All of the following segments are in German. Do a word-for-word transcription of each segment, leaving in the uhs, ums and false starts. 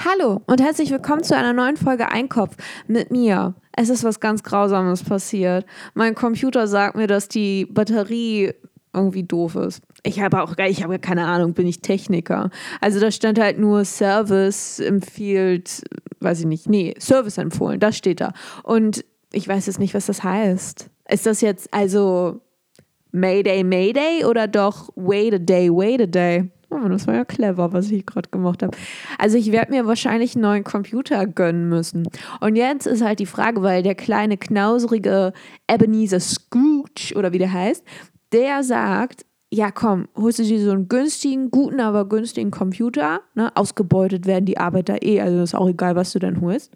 Hallo und herzlich willkommen zu einer neuen Folge Einkopf mit mir. Es ist was ganz Grausames passiert. Mein Computer sagt mir, dass die Batterie irgendwie doof ist. Ich habe auch, ich habe keine Ahnung, bin ich Techniker. Also da stand halt nur Service empfiehlt, weiß ich nicht, nee, Service empfohlen, das steht da. Und ich weiß jetzt nicht, was das heißt. Ist das jetzt also Mayday, Mayday oder doch wait a day, wait a day? Oh, das war ja clever, was ich gerade gemacht habe. Also ich werde mir wahrscheinlich einen neuen Computer gönnen müssen. Und jetzt ist halt die Frage, weil der kleine, knauserige Ebenezer Scrooge, oder wie der heißt, der sagt, ja komm, holst du dir so einen günstigen, guten, aber günstigen Computer. Ne? Ausgebeutet werden die Arbeiter eh, also ist auch egal, was du dann holst.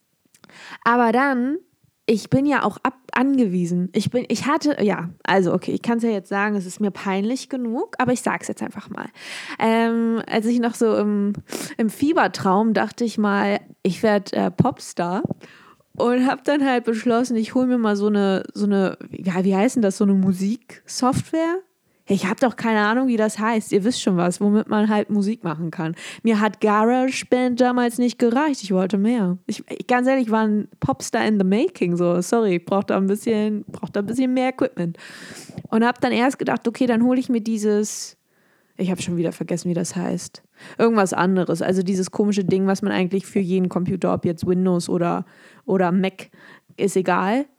Aber dann, ich bin ja auch ab angewiesen. Ich bin, ich hatte, ja, also okay, ich kann es ja jetzt sagen, es ist mir peinlich genug, aber ich sag's jetzt einfach mal. Ähm, als ich noch so im, im Fiebertraum dachte ich mal, ich werde äh, Popstar und habe dann halt beschlossen, ich hole mir mal so eine, so eine, ja, wie heißt denn das, so eine Musiksoftware? Ich habe doch keine Ahnung, wie das heißt. Ihr wisst schon was, womit man halt Musik machen kann. Mir hat GarageBand damals nicht gereicht. Ich wollte mehr. Ich, ganz ehrlich, ich war ein Popstar in the making. So, sorry, ich brauchte ein bisschen, brauchte ein bisschen mehr Equipment. Und habe dann erst gedacht, okay, dann hole ich mir dieses, ich habe schon wieder vergessen, wie das heißt. Irgendwas anderes. Also dieses komische Ding, was man eigentlich für jeden Computer, ob jetzt Windows oder, oder Mac, ist egal.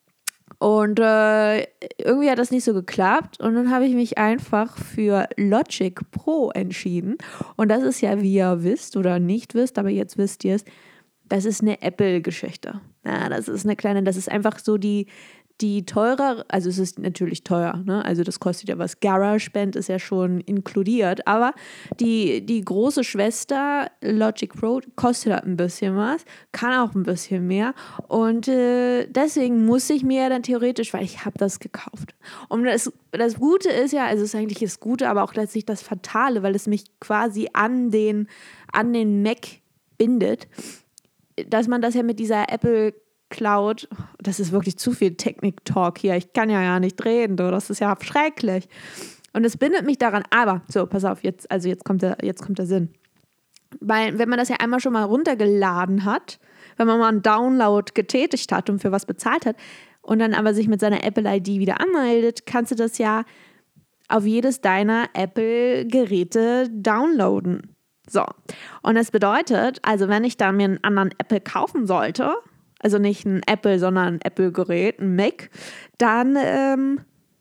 Und äh, irgendwie hat das nicht so geklappt und dann habe ich mich einfach für Logic Pro entschieden. Und das ist ja, wie ihr wisst oder nicht wisst, aber jetzt wisst ihr es, das ist eine Apple-Geschichte. Ja, das ist eine kleine, das ist einfach so die, die teurer, also es ist natürlich teuer, ne? Also das kostet ja was. GarageBand ist ja schon inkludiert, aber die, die große Schwester Logic Pro kostet halt ein bisschen was, kann auch ein bisschen mehr und äh, deswegen muss ich mir dann theoretisch, weil ich habe das gekauft. Und das, das Gute ist ja, also es ist eigentlich das Gute, aber auch letztlich das Fatale, weil es mich quasi an den, an den Mac bindet, dass man das ja mit dieser Apple Cloud, das ist wirklich zu viel Technik-Talk hier, ich kann ja ja nicht reden, du, das ist ja schrecklich. Und es bindet mich daran, aber, so, pass auf, jetzt, also jetzt kommt der, jetzt kommt der Sinn. Weil, wenn man das ja einmal schon mal runtergeladen hat, wenn man mal einen Download getätigt hat und für was bezahlt hat und dann aber sich mit seiner Apple-I D wieder anmeldet, kannst du das ja auf jedes deiner Apple-Geräte downloaden. So, und das bedeutet, also wenn ich da mir einen anderen Apple kaufen sollte, also nicht ein Apple, sondern ein Apple-Gerät, ein Mac, dann ähm,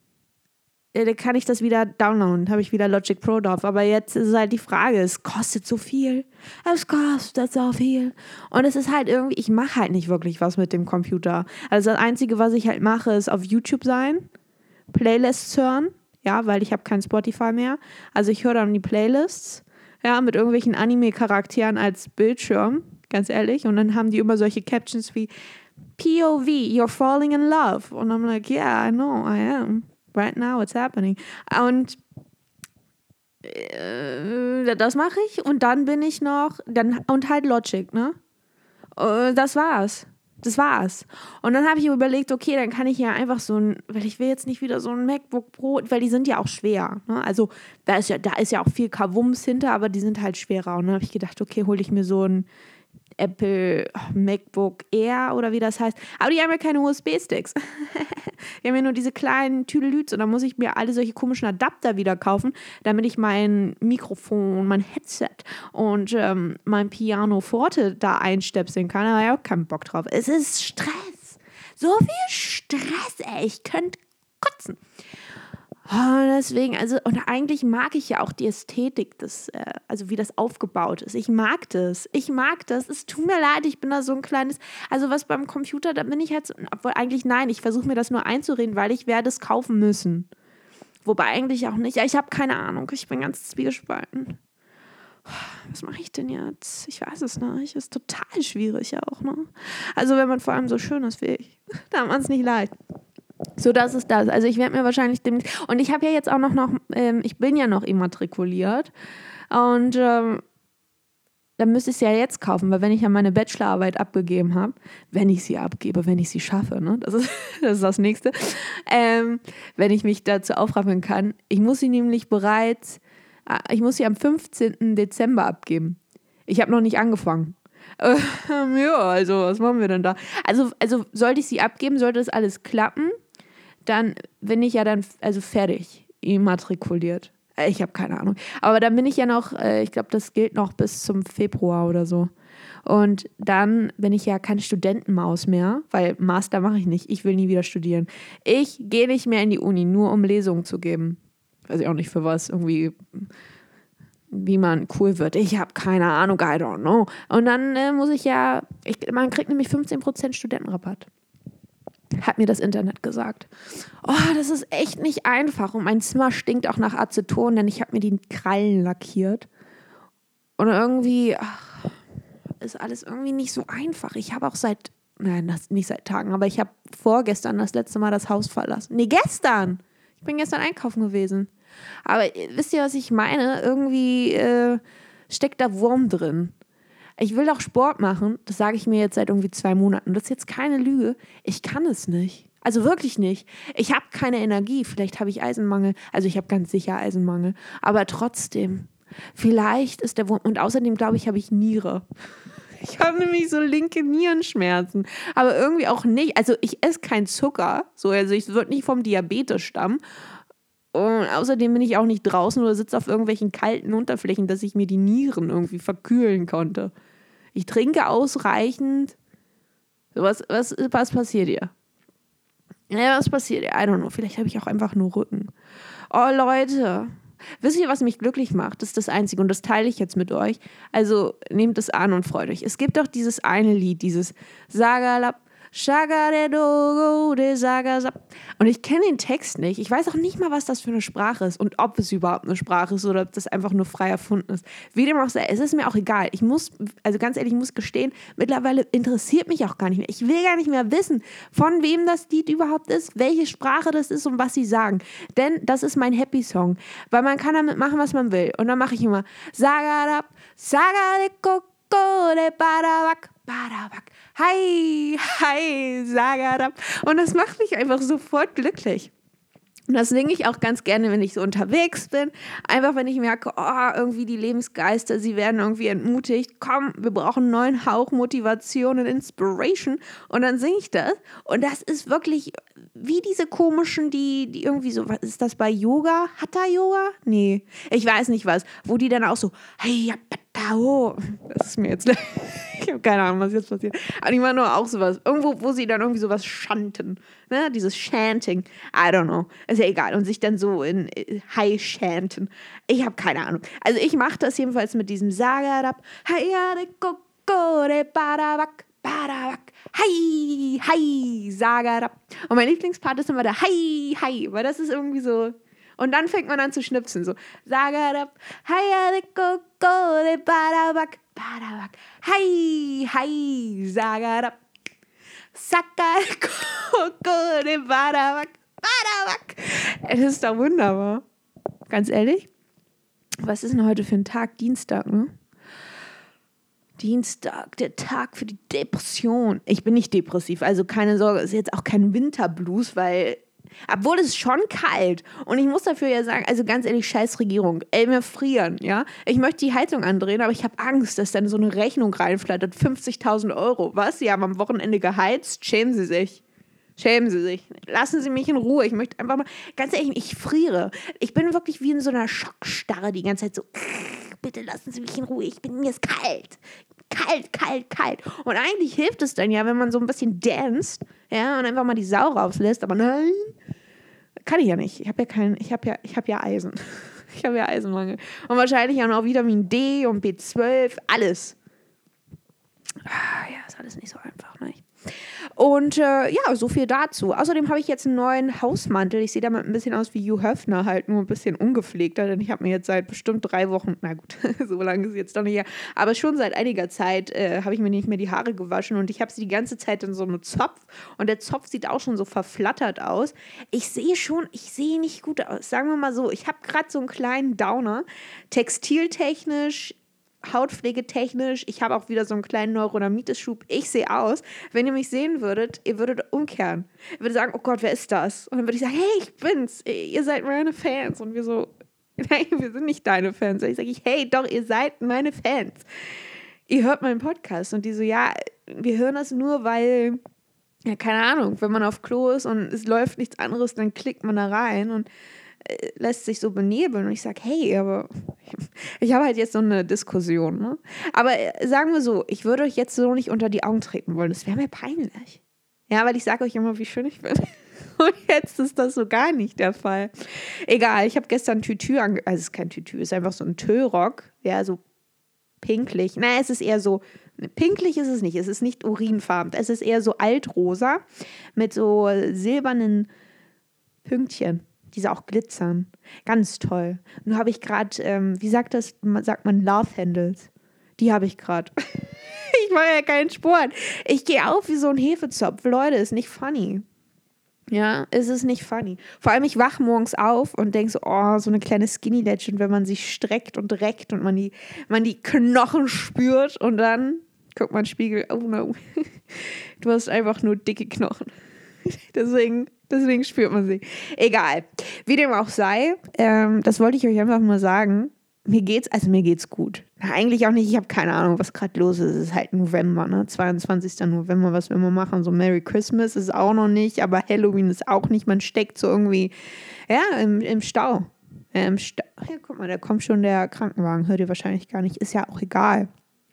kann ich das wieder downloaden, habe ich wieder Logic Pro drauf. Aber jetzt ist halt die Frage, es kostet so viel, es kostet so viel. Und es ist halt irgendwie, ich mache halt nicht wirklich was mit dem Computer. Also das Einzige, was ich halt mache, ist auf YouTube sein, Playlists hören, ja, weil ich habe kein Spotify mehr. Also ich höre dann die Playlists, ja, mit irgendwelchen Anime-Charakteren als Bildschirm. Ganz ehrlich. Und dann haben die immer solche Captions wie P O V, you're falling in love. Und I'm like, yeah, I know, I am. Right now, it's happening. Und äh, das mache ich. Und dann bin ich noch, dann und halt Logic, ne? Äh, das war's. Das war's. Und dann habe ich mir überlegt, okay, dann kann ich ja einfach so ein, weil ich will jetzt nicht wieder so ein MacBook Pro, weil die sind ja auch schwer. Ne? Also da ist ja, da ist ja auch viel Kavums hinter, aber die sind halt schwerer. Und dann habe ich gedacht, okay, hole ich mir so ein Apple MacBook Air oder wie das heißt. Aber die haben ja keine U S B-Sticks. Die haben ja nur diese kleinen Tüdelüts und dann muss ich mir alle solche komischen Adapter wieder kaufen, damit ich mein Mikrofon, mein Headset und ähm, mein Piano Forte da einstöpseln kann. Da habe ich auch keinen Bock drauf. Es ist Stress. So viel Stress, ey. Ich könnte kotzen. Und deswegen, also, und eigentlich mag ich ja auch die Ästhetik, des, äh, also wie das aufgebaut ist. Ich mag das. Ich mag das. Es tut mir leid, ich bin da so ein kleines, also was beim Computer, da bin ich halt so, obwohl eigentlich nein, ich versuche mir das nur einzureden, weil ich werde es kaufen müssen. Wobei eigentlich auch nicht. Ja, ich habe keine Ahnung. Ich bin ganz zwiegespalten. Was mache ich denn jetzt? Ich weiß es nicht. Ist total schwierig auch, ne? Also wenn man vor allem so schön ist wie ich, da hat man es nicht leid. So, das ist das. Also ich werde mir wahrscheinlich demnächst, und ich habe ja jetzt auch noch, noch ähm, ich bin ja noch immatrikuliert und ähm, dann müsste ich es ja jetzt kaufen, weil wenn ich ja meine Bachelorarbeit abgegeben habe, wenn ich sie abgebe, wenn ich sie schaffe, ne, das ist das, ist das Nächste, ähm, wenn ich mich dazu aufraffen kann, ich muss sie nämlich bereits, ich muss sie am fünfzehnten Dezember abgeben. Ich habe noch nicht angefangen. Ähm, ja, also was machen wir denn da? Also, also sollte ich sie abgeben, sollte das alles klappen, dann bin ich ja dann also fertig, immatrikuliert. Äh, Ich habe keine Ahnung. Aber dann bin ich ja noch, äh, ich glaube, das gilt noch bis zum Februar oder so. Und dann bin ich ja keine Studentenmaus mehr, weil Master mache ich nicht. Ich will nie wieder studieren. Ich gehe nicht mehr in die Uni, nur um Lesungen zu geben. Weiß ich auch nicht für was. Irgendwie, wie man cool wird. Ich habe keine Ahnung, I don't know. Und dann äh, muss ich ja, ich, man kriegt nämlich fünfzehn Prozent Studentenrabatt. Hat mir das Internet gesagt. Oh, das ist echt nicht einfach. Und mein Zimmer stinkt auch nach Aceton, denn ich habe mir die Krallen lackiert. Und irgendwie, ach, ist alles irgendwie nicht so einfach. Ich habe auch seit, nein, das nicht seit Tagen, aber ich habe vorgestern das letzte Mal das Haus verlassen. Nee, gestern. Ich bin gestern einkaufen gewesen. Aber wisst ihr, was ich meine? Irgendwie äh, steckt da Wurm drin. Ich will doch Sport machen, das sage ich mir jetzt seit irgendwie zwei Monaten. Das ist jetzt keine Lüge. Ich kann es nicht. Also wirklich nicht. Ich habe keine Energie. Vielleicht habe ich Eisenmangel. Also ich habe ganz sicher Eisenmangel. Aber trotzdem, vielleicht ist der Wurm. Und außerdem glaube ich, habe ich Niere. Ich habe nämlich so linke Nierenschmerzen. Aber irgendwie auch nicht. Also ich esse keinen Zucker. So, also ich würde nicht vom Diabetes stammen. Und außerdem bin ich auch nicht draußen oder sitze auf irgendwelchen kalten Unterflächen, dass ich mir die Nieren irgendwie verkühlen konnte. Ich trinke ausreichend. Was, was, was passiert hier? Ja, was passiert hier? I don't know. Vielleicht habe ich auch einfach nur Rücken. Oh, Leute. Wisst ihr, was mich glücklich macht? Das ist das Einzige und das teile ich jetzt mit euch. Also nehmt es an und freut euch. Es gibt doch dieses eine Lied, dieses Sagalap. Und ich kenne den Text nicht. Ich weiß auch nicht mal, was das für eine Sprache ist und ob es überhaupt eine Sprache ist oder ob das einfach nur frei erfunden ist. Wie dem auch sei, es ist mir auch egal. Ich muss, also ganz ehrlich, ich muss gestehen, mittlerweile interessiert mich auch gar nicht mehr. Ich will gar nicht mehr wissen, von wem das Lied überhaupt ist, welche Sprache das ist und was sie sagen. Denn das ist mein Happy Song. Weil man kann damit machen, was man will. Und dann mache ich immer Sagarab, Sagareko, Badawak, Badawak, hi, hi, Sagarab. Und das macht mich einfach sofort glücklich. Und das singe ich auch ganz gerne, wenn ich so unterwegs bin. Einfach, wenn ich merke, oh, irgendwie die Lebensgeister, sie werden irgendwie entmutigt. Komm, wir brauchen einen neuen Hauch Motivation und Inspiration. Und dann singe ich das. Und das ist wirklich wie diese komischen, die, die irgendwie so, was ist das bei Yoga? Hatha-Yoga? Nee, ich weiß nicht was. Wo die dann auch so, hey, das ist mir jetzt, ich habe keine Ahnung, was jetzt passiert. Aber die machen nur auch sowas. Irgendwo, wo sie dann irgendwie sowas chanten. Ne? Dieses Chanting. I don't know. Ist ja egal. Und sich dann so in äh, High chanten. Ich habe keine Ahnung. Also ich mache das jedenfalls mit diesem Sagarab. Badawak, hi, hi, Sagarab. Und mein Lieblingspart ist immer der hi, hi, weil das ist irgendwie so. Und dann fängt man an zu schnipsen, so Sagarab, hi, badawak, badawak, hi, hi, Sagarab, Sagarab, badawak, badawak. Es ist doch wunderbar. Ganz ehrlich, was ist denn heute für ein Tag? Dienstag, ne? Dienstag, der Tag für die Depression. Ich bin nicht depressiv, also keine Sorge, es ist jetzt auch kein Winterblues, weil, obwohl es ist schon kalt. Und ich muss dafür ja sagen, also ganz ehrlich, scheiß Regierung, ey, wir frieren, ja. Ich möchte die Heizung andrehen, aber ich habe Angst, dass dann so eine Rechnung reinflattert, fünfzigtausend Euro. Was? Sie haben am Wochenende geheizt? Schämen Sie sich. Schämen Sie sich. Lassen Sie mich in Ruhe. Ich möchte einfach mal, ganz ehrlich, ich friere. Ich bin wirklich wie in so einer Schockstarre die ganze Zeit so, bitte lassen Sie mich in Ruhe, ich bin, mir ist kalt. Kalt, kalt, kalt. Und eigentlich hilft es dann ja, wenn man so ein bisschen danst, ja, und einfach mal die Sau rauslässt, aber nein, kann ich ja nicht. Ich habe ja kein, ich habe ja, ich habe ja Eisen. Ich habe ja Eisenmangel. Und wahrscheinlich auch noch Vitamin D und B zwölf, alles. Ah, ja, ist alles nicht so einfach, ne? Und äh, ja, so viel dazu. Außerdem habe ich jetzt einen neuen Hausmantel. Ich sehe damit ein bisschen aus wie Hugh Hefner, halt nur ein bisschen ungepflegter, denn ich habe mir jetzt seit bestimmt drei Wochen, na gut, so lange ist es jetzt doch nicht her, aber schon seit einiger Zeit äh, habe ich mir nicht mehr die Haare gewaschen und ich habe sie die ganze Zeit in so einem Zopf und der Zopf sieht auch schon so verflattert aus. Ich sehe schon, ich sehe nicht gut aus. Sagen wir mal so, ich habe gerade so einen kleinen Downer, textiltechnisch, hautpflegetechnisch, ich habe auch wieder so einen kleinen Neurodermitis-Schub. Ich sehe aus, wenn ihr mich sehen würdet, ihr würdet umkehren. Ihr würdet sagen, oh Gott, wer ist das? Und dann würde ich sagen, hey, ich bin's. Ihr seid meine Fans. Und wir so, nein, wir sind nicht deine Fans. Und ich sage, hey, doch, ihr seid meine Fans. ihr hört meinen Podcast. Und die so, ja, wir hören das nur, weil, ja, keine Ahnung, wenn man auf Klo ist und es läuft nichts anderes, dann klickt man da rein und äh, lässt sich so benebeln. Und ich sage, hey, aber ich habe halt jetzt so eine Diskussion. Ne? Aber äh, sagen wir so, ich würde euch jetzt so nicht unter die Augen treten wollen. Das wäre mir peinlich. Ja, weil ich sage euch immer, wie schön ich bin. Und jetzt ist das so gar nicht der Fall. Egal, ich habe gestern Tütü ange... Also es ist kein Tütü, es ist einfach so ein Tüllrock. Ja, so pinklich. Nein, es ist eher so... Pinklich ist es nicht. Es ist nicht urinfarben. Es ist eher so altrosa mit so silbernen Pünktchen, die so auch glitzern. Ganz toll. Nun habe ich gerade, ähm, wie sagt das, sagt man Love Handles. Die habe ich gerade. Ich mache ja keinen Sport. Ich gehe auf wie so ein Hefezopf. Leute, ist nicht funny. Ja, es ist nicht funny. Vor allem, ich wache morgens auf und denke so, oh, so eine kleine Skinny Legend, wenn man sich streckt und reckt und man die, man die Knochen spürt und dann guckt man in den Spiegel, oh no, du hast einfach nur dicke Knochen. Deswegen, deswegen spürt man sie. Egal. Wie dem auch sei, ähm, das wollte ich euch einfach mal sagen. Mir geht's, also mir geht's gut. Na, eigentlich auch nicht, ich habe keine Ahnung, was gerade los ist. Es ist halt November, ne? zweiundzwanzigster November, was wir immer machen. So Merry Christmas ist auch noch nicht, aber Halloween ist auch nicht. Man steckt so irgendwie, ja, im, im Stau. Äh, im Stau. Ach ja, guck mal, da kommt schon der Krankenwagen. Hört ihr wahrscheinlich gar nicht. Ist ja auch egal.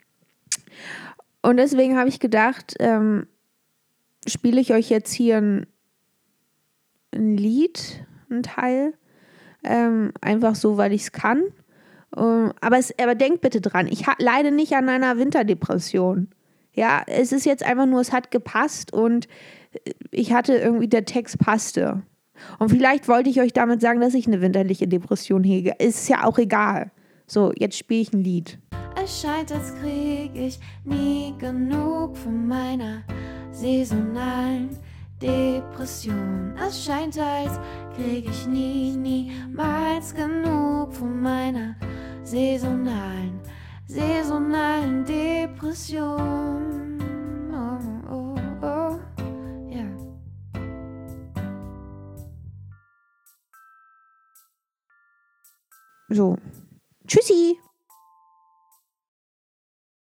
Und deswegen habe ich gedacht, ähm, spiele ich euch jetzt hier ein, ein Lied, ein Teil. Ähm, einfach so, weil ich es kann. Um, aber, es, aber denkt bitte dran, ich ha- leide nicht an einer Winterdepression. Ja, es ist jetzt einfach nur, es hat gepasst und ich hatte irgendwie, der Text passte. Und vielleicht wollte ich euch damit sagen, dass ich eine winterliche Depression hege. Ist ja auch egal. So, jetzt spiele ich ein Lied. Es scheint, als krieg ich nie genug von meiner saisonalen Depression. Es scheint, als krieg ich nie, niemals genug von meiner saisonalen, saisonalen Depression. Oh, oh, oh, ja. So, tschüssi!